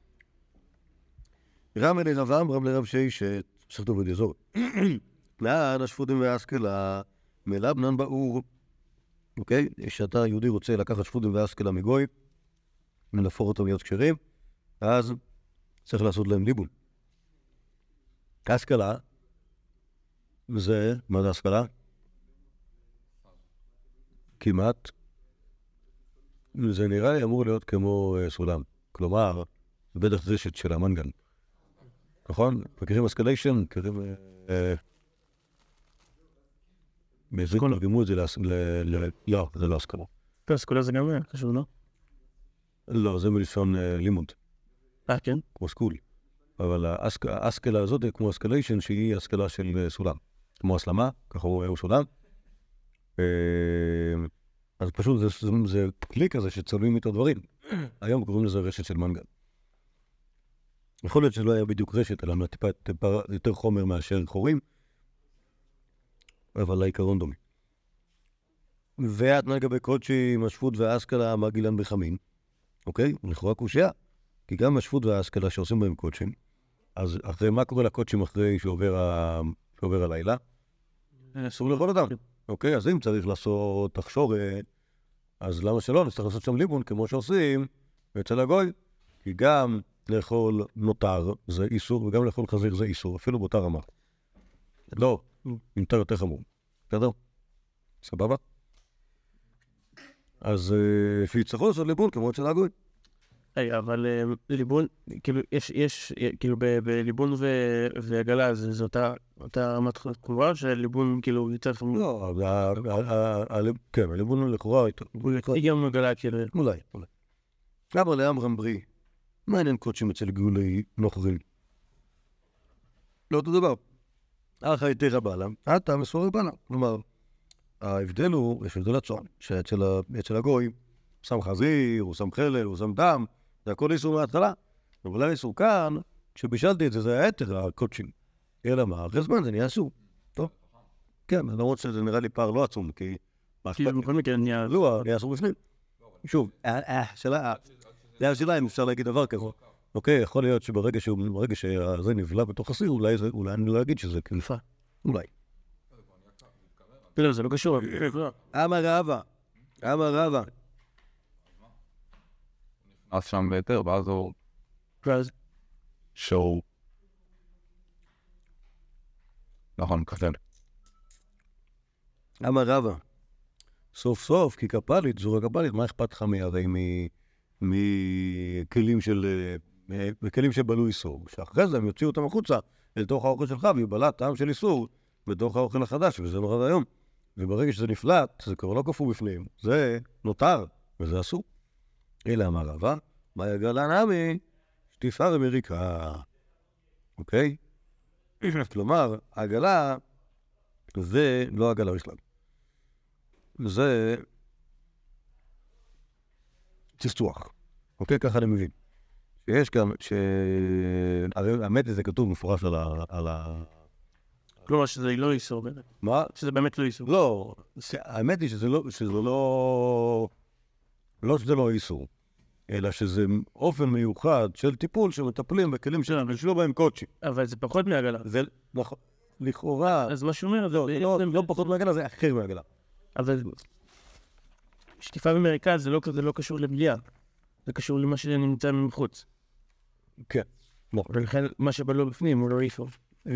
רם אלי רבם, רם לרב ששת, צריך טוב לדזור. נען, השפודים והשכלה, מלבנן באור. אוקיי? שאתה יהודי רוצה לקחת שפודים והשכלה מגוי, ולהפוך אותם להיות כשרים, אז צריך לעשות להם ליבון. השכלה, זה, מה זה השכלה? כמעט. זה נראה לי אמור להיות כמו uh, סולם. כלומר, זה בטח רשת של המנגן. נכון? מכירים אסקליישן? מכירים... בעברית תרגמו את זה ל... לא, זה לא אסכלה. אסכולה זה גם חשוב, לא? לא, זה מלשון לימוד. אה, כן? כמו סקול. אבל האסכלה הזאת היא כמו אסקליישן שהיא אסכלה של סולם. כמו הסלמה, ככה הוא סולם. אז פשוט זה, זה, זה כלי כזה שצולמים איתו דברים. היום קוראים לזה רשת של מנגל. יכול להיות שלא היה בדיוק רשת, אלא טיפה, טיפה יותר חומר מאשר חורים, אבל העיקרון דומה. והתנאי לגבי קודשים, השפוט והאסכלה, מה גילן בחמין, אוקיי? לכאורה קושייה, כי גם השפוט והאסכלה שעושים בהם קודשים, אז אחרי, מה קורה לקודשים אחרי שעובר, ה... שעובר הלילה? אסור לאכול אותם. אוקיי, אז אם צריך לעשות תחשורת, אז למה שלא? נצטרך לעשות שם ליבון, כמו שעושים אצל הגוי, כי גם לאכול נותר זה איסור, וגם לאכול חזיר זה איסור, אפילו באותה רמה. לא, נותר יותר חמור. בסדר? סבבה? אז שיצטרכו לעשות ליבון, כמו אצל הגוי. היי, אבל ליבון, כאילו, יש, יש, כאילו, בליבון ועגלה, זה אותה רמת תגובה, שליבון, כאילו, יותר חמור. לא, כן, הליבון לכאורה איתו. היא גם עגלה, כאילו. אולי, אולי. אבל לאמרם ברי, מה עניין קודשים אצל גאולי נוכרים? לא אותו דבר. אחא היתרא בעלא, עתה מסורי בעלא. כלומר, ההבדל הוא, יש הבדל עצום, שאצל הגוי, שם חזיר, הוא שם חלל, הוא שם דם, זה הכל איסור מההתחלה. אבל האיסור כאן, כשבישלתי את זה, זה היה היתר הקודשים. אלא מה, אחרי זמן זה נהיה אסור. טוב? כן, למרות שזה נראה לי פער לא עצום, כי... כי בכל מקרה נהיה... לא, נהיה אסור בפנים. שוב, השאלה, זה השאלה אם אפשר להגיד דבר כזה. אוקיי, יכול להיות שברגע שזה נבלע בתוך הסיר, אולי אני לא אגיד שזה כנפה. אולי. לא, זה לא קשור. אמר רבא, אמר רבא. אז שם ביתר, ואז הוא... ואז? שואו. נכון, כזה. אמר רבא, סוף סוף, כי קפלית, זו קפלית, מה אכפת לך הרי מכלים של... מכלים שבלו איסור, שאחרי זה הם יוציאו אותם החוצה לתוך האוכל שלך, ויבלע טעם של איסור בתוך האוכל החדש, וזה נורא היום. וברגע שזה נפלט, זה כבר לא קפוא בפנים, זה נותר, וזה אסור. אלא אמר רבא, מה יגלה נמי? שטיפה אמריקה. אוקיי? כלומר, העגלה זה לא עגלה בכלל. זה צחצוח. אוקיי? ככה אני מבין. שיש גם, שהאמת זה כתוב מפורש על ה... כלומר שזה לא איסור באמת. מה? שזה באמת לא איסור. לא, האמת היא שזה לא, שזה לא, לא שזה לא איסור, אלא שזה אופן מיוחד של טיפול שמטפלים בכלים שלנו, ושלא בהם קודשים. אבל זה פחות מהגלה. זה, נכון, לכאורה, אז מה שאומר, לא, לא, לא פחות מהגלה, זה אחר מהגלה. אבל שטיפה במרכז זה לא, זה לא קשור לבליעה. זה קשור למה שנמצא מחוץ. כן, לא. ולכן מה שבלו בפנים הוא לא איסור.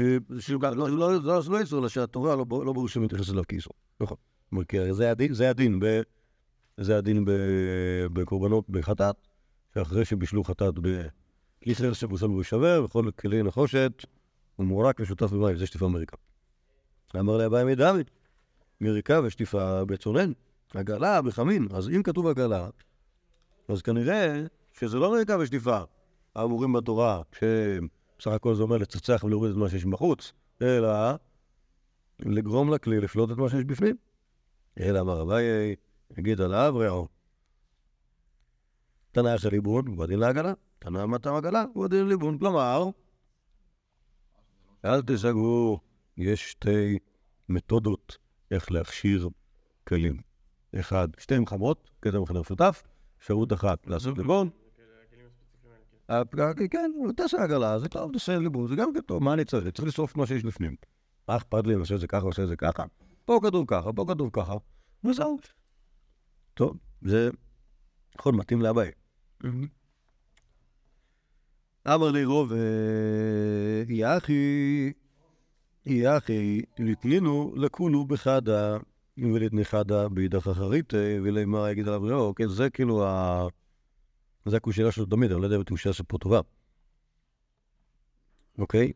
זה לא איסור, אלא שהתורה לא ברור שמתייחס אליו כאיסור. נכון. זה הדין, זה הדין בקורבנות בחטאת, שאחרי שבישלו חטאת בכלי שבוסל ובשבר, וכל כלי נחושת, הוא מורק ושותף במים, זה שטיפה אמריקה. אמר לה אביי מדוד, מריקה ושטיפה בצונן, עגלה בחמין. אז אם כתוב עגלה, אז כנראה שזה לא מריקה ושטיפה, האמורים בתורה, שבסך הכל זה אומר לצצח ולהוריד את מה שיש בחוץ, אלא לגרום לכלי לפלוט את מה שיש בפנים. אלא אמר אביי, נגיד עליו ראו. תנא של ליבון, הוא הדין לעגלה, תנא מתם עגלה, הוא הדין ליבון. כלומר, אל תשגעו, יש שתי מתודות איך להכשיר כלים. אחד, שתי מלחמות, כזה מכנה משותף, אפשרות אחת לעשות ליבון. כן, תעשה עגלה, זה טוב, תעשה ליבון, זה גם טוב, מה אני צריך? צריך לשרוף מה שיש לפנים. מה אכפת לי, אני עושה את זה ככה, עושה את זה ככה. פה כתוב ככה, פה כתוב ככה, וזהו. טוב, זה יכול מתאים לאביי. אמר לי רוב, יחי, יחי, לתנינו לכולו בחדה, ולתניחדה בידך אחרית, ולמה יגיד עליו ראו, כן, זה כאילו ה... זה הקושייה שלו תמיד, אני לא יודע אם הקושייה של פה טובה. אוקיי?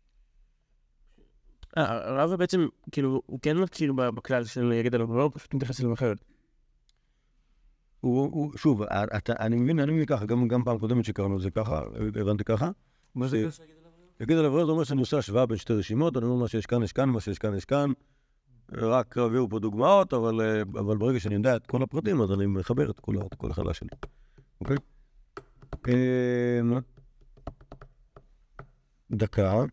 הרב בעצם, כאילו, הוא כן מכיר בכלל של יגיד עליו ראו, פשוט מתייחס אליו אחרת. הוא, שוב, אני מבין, אני מבין ככה, גם פעם קודמת שקראנו את זה ככה, הבנתי ככה. מה זה יגיד עליו ראו? יגיד עליו ראו, זה אומר שאני עושה השוואה בין שתי רשימות, אני אומר מה שיש כאן, יש כאן, מה שיש כאן, יש כאן, רק הביאו פה דוגמאות, אבל, אה, אבל ברגע שאני יודע את כל הפרטים, אז אני מחבר את כל, את כל החלה שלי. אוקיי? אה, דקה.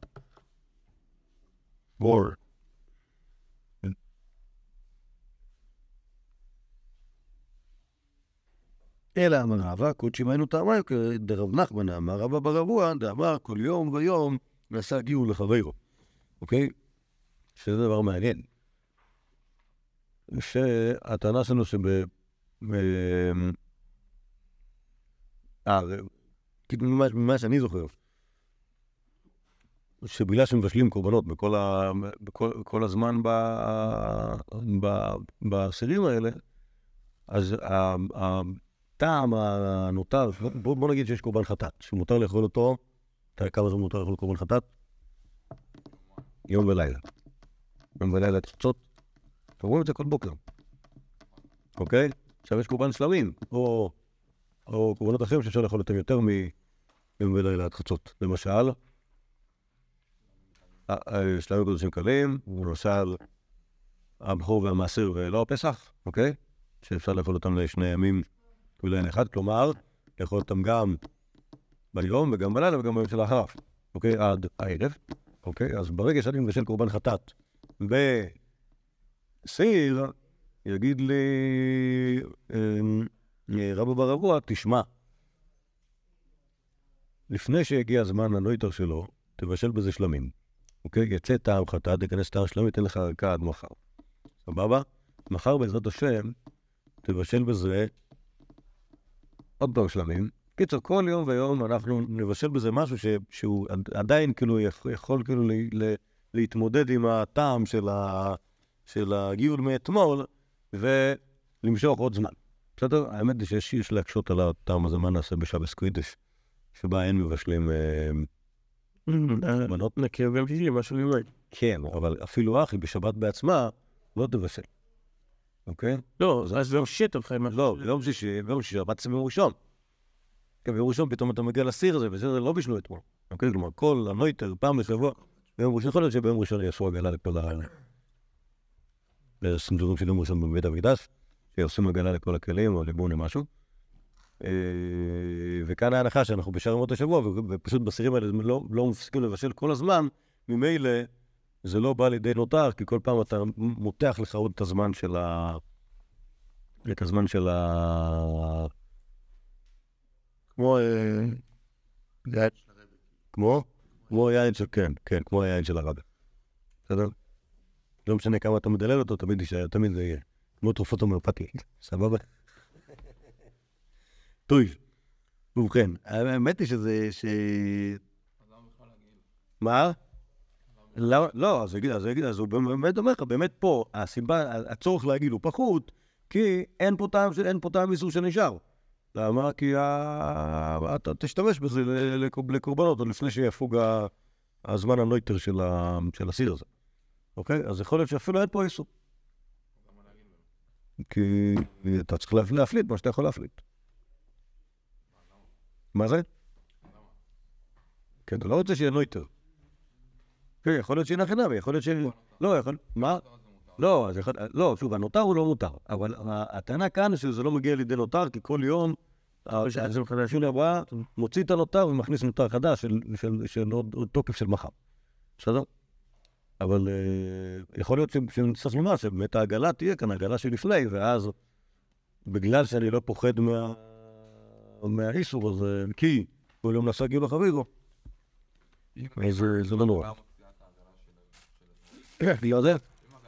גור. אלא אמר רבא, קודשים היינו טעמיים, דרב נחמן אמר רבא ברבוע, דאמר כל יום ויום נעשה גיור לחברו. אוקיי? שזה דבר מעניין. שהטענה שלנו שב... אה, כאילו ממה שאני זוכר, שבגלל שמבשלים קורבנות בכל, ה... בכל... בכל הזמן ב... ב... בסירים האלה, אז ה... הטעם הנותר, בוא, בוא נגיד שיש קורבן חטאת, שמותר לאכול אותו, אתה כמה זמן מותר לאכול קורבן חטאת? יום ולילה. יום ולילה תחצות. אתם רואים את זה כל בוקר. אוקיי? עכשיו יש קורבן שלמים, או, או קורבנות אחרים שאפשר לאכול אותם יותר מיום ולילה תחצות. למשל, שלמים קודשים קלים, למשל, הבכור והמעשר ולא הפסח, אוקיי? שאפשר לאכול אותם לשני ימים ולילה אחד, כלומר, לאכול אותם גם ביום וגם בלילה וגם ביום של האחריו, אוקיי? עד הערב, אוקיי? אז ברגע שאני מבשל קורבן חטאת בסיר, יגיד לי רבא ברבוע, תשמע, לפני שהגיע הזמן הנויטר שלו, תבשל בזה שלמים, אוקיי? יצא טעם חטאת, תיכנס טעם שלמים, תן לך ערכה עד מחר. סבבה? מחר בעזרת השם, תבשל בזה עוד פעם שלמים. קיצור, כל יום ויום אנחנו נבשל בזה משהו ש... שהוא עדיין כאילו יכול כאילו ל... ל... להתמודד עם הטעם של, ה... של הגיול מאתמול ולמשוך עוד זמן. בסדר? האמת היא שיש להקשות על הטעם הזה, מה נעשה בשבס קוידש, שבה אין מבשלים מנות. נקרב גם שישי, משהו לימי. כן, אבל אפילו אחי בשבת בעצמה לא תבשל. אוקיי? לא, אז ביום שישי אתה חיים משהו. לא, ביום שישי, ביום שישי, שבת זה ביום ראשון. כן, ביום ראשון פתאום אתה מגיע לסיר הזה, וזה לא בישלו אתמול. אוקיי? כלומר, כל הנויטר, פעם בשבוע, ביום ראשון, יכול להיות שביום ראשון יעשו עגלה לכל ה... לסנדורים של יום ראשון בבית המקדש, שעושים עגלה לכל הכלים, או ליבון או משהו. וכאן ההנחה שאנחנו בשאר ימות השבוע, ופשוט בסירים האלה לא מפסיקים לבשל כל הזמן, ממילא זה לא בא לידי נותר, כי כל פעם אתה מותח לך עוד את הזמן של ה... את הזמן של ה... כמו... כמו? כמו היין של... כן, כן, כמו היין של הרבי. בסדר? לא משנה כמה אתה מדלל אותו, תמיד יישאר, תמיד זה יהיה. כמו תרופות הומאופתיות. סבבה? טוב. ובכן, האמת היא שזה... ש... מה? לא, לא, אז יגיד, אז יגיד, אז הוא באמת אומר לך, באמת פה, הסיבה, הצורך להגיד הוא פחות, כי אין פה טעם, אין פה טעם איסור שנשאר. למה? כי אתה תשתמש בזה לקורבנות, עוד לפני שיפוג הזמן הנויטר של הסיר הזה. אוקיי? אז יכול להיות שאפילו אין פה איסור. כי אתה צריך להפליט מה שאתה יכול להפליט. מה זה? כן, אתה לא רוצה שיהיה נויטר. כן, יכול להיות שיהיה חינם, יכול להיות ש... לא, יכול... מה? לא, אז יכול... לא, שוב, הנותר הוא לא מותר. אבל הטענה כאן שזה לא מגיע לידי נותר, כי כל יום, השני הבאה, מוציא את הנותר ומכניס נותר חדש של עוד תוקף של מחר. בסדר? אבל יכול להיות שנצטרך לומר שבאמת העגלה תהיה כאן, העגלה שלפני, ואז בגלל שאני לא פוחד מהאיסור הזה, כי כל יום נעשה גיול לחבירו, זה לא נורא. בגלל זה?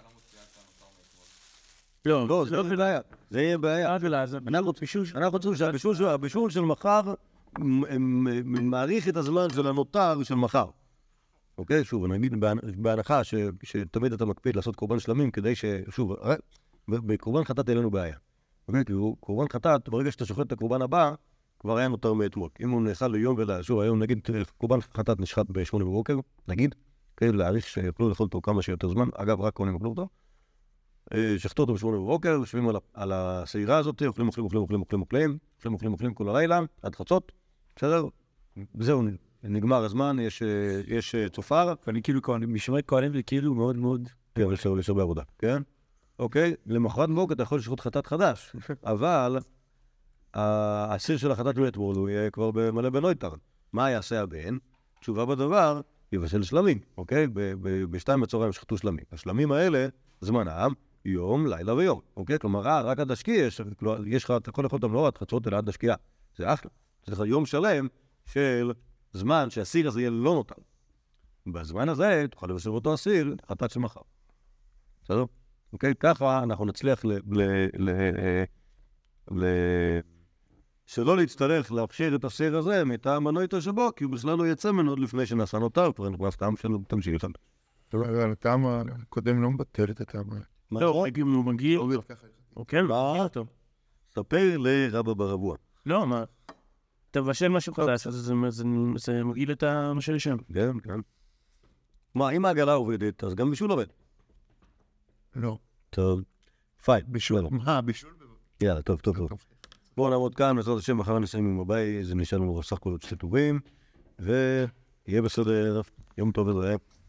לא, לא, זה לא בעיה. זה יהיה בעיה. אנחנו רוצים שהבישול של מחר מעריך את הזמן של הנותר של מחר. אוקיי? שוב, נגיד בהנחה שתמיד אתה מקפיד לעשות קורבן שלמים כדי ש... שוב, בקורבן חטאת אין לנו בעיה. אוקיי? כי קורבן חטאת, ברגע שאתה שוחט את הקורבן הבא, כבר היה נותר מאתמול. אם הוא נאכל ליום ולילה, שוב, היום נגיד קורבן חטאת נשחט בשמונה בבוקר, נגיד, כדי להעריך שיוכלו לאכול אותו כמה שיותר זמן, אגב, רק כהנים יאכלו אותו, שחטו אותו בשמונה בבוקר, יושבים על השעירה הזאת, אוכלים, אוכלים, אוכלים, אוכלים, אוכלים, אוכלים, אוכלים, אוכלים, אוכלים כל הלילה, עד חצות, בסדר? וזהו, נגמר הזמן, יש צופר. ואני כאילו כהנים, משמרת כהנים זה כאילו מאוד מאוד כן, יש לו- יש הרבה עבודה, כן? אוקיי? למחרת בוקר אתה יכול לשחוט חטאת חדש, אבל ה- הסיר של החטאת של אתמול הוא יהיה כבר מלא בנויטר. מה יעשה הבן? תשובה בדבר, יבשל שלמים, אוקיי? ב- ב- בשתיים בצהריים שחטו שלמים. השלמים האלה, זמנם, יום, לילה ויום, אוקיי? כלומר, אה, רק עד השקיעה, יש, כלומר, יש לך, אתה יכול לאכול אותם לא עד חצות, אלא עד השקיעה. זה אחלה. זה לך יום שלם של זמן שהסיר הזה יהיה לא נותן. בזמן הזה תוכל לבשל אותו הסיר, חטאת של מחר. בסדר? אוקיי? ככה אנחנו נצליח ל... ל... ל... ל... שלא להצטרך להפשיר את הסיר הזה מטעם הנויטר שבו, כי הוא בכלל לא יצא ממנו עוד לפני שנעשה נותר, כבר נכנס טעם של תמשיל אותם. אבל הטעם הקודם לא מבטל את הטעם. לא, אם הוא מגיע... כן, מה? טוב. ספר לרבא ברבוע. לא, מה? אתה מבשל משהו חדש, אז זה- זה- זה מגעיל את מה שלשם. כן, כן. מה, אם העגלה עובדת, אז גם בישול עובד. לא. טוב. פיין. בישול. מה, בישול? יאללה, טוב, טוב, טוב. בואו נעמוד כאן, בעזרת השם, מחר נסיים עם הבית, זה נשאר לנו בסך הכל עוד שתי טובים, ויהיה בסדר, יום טוב וראה.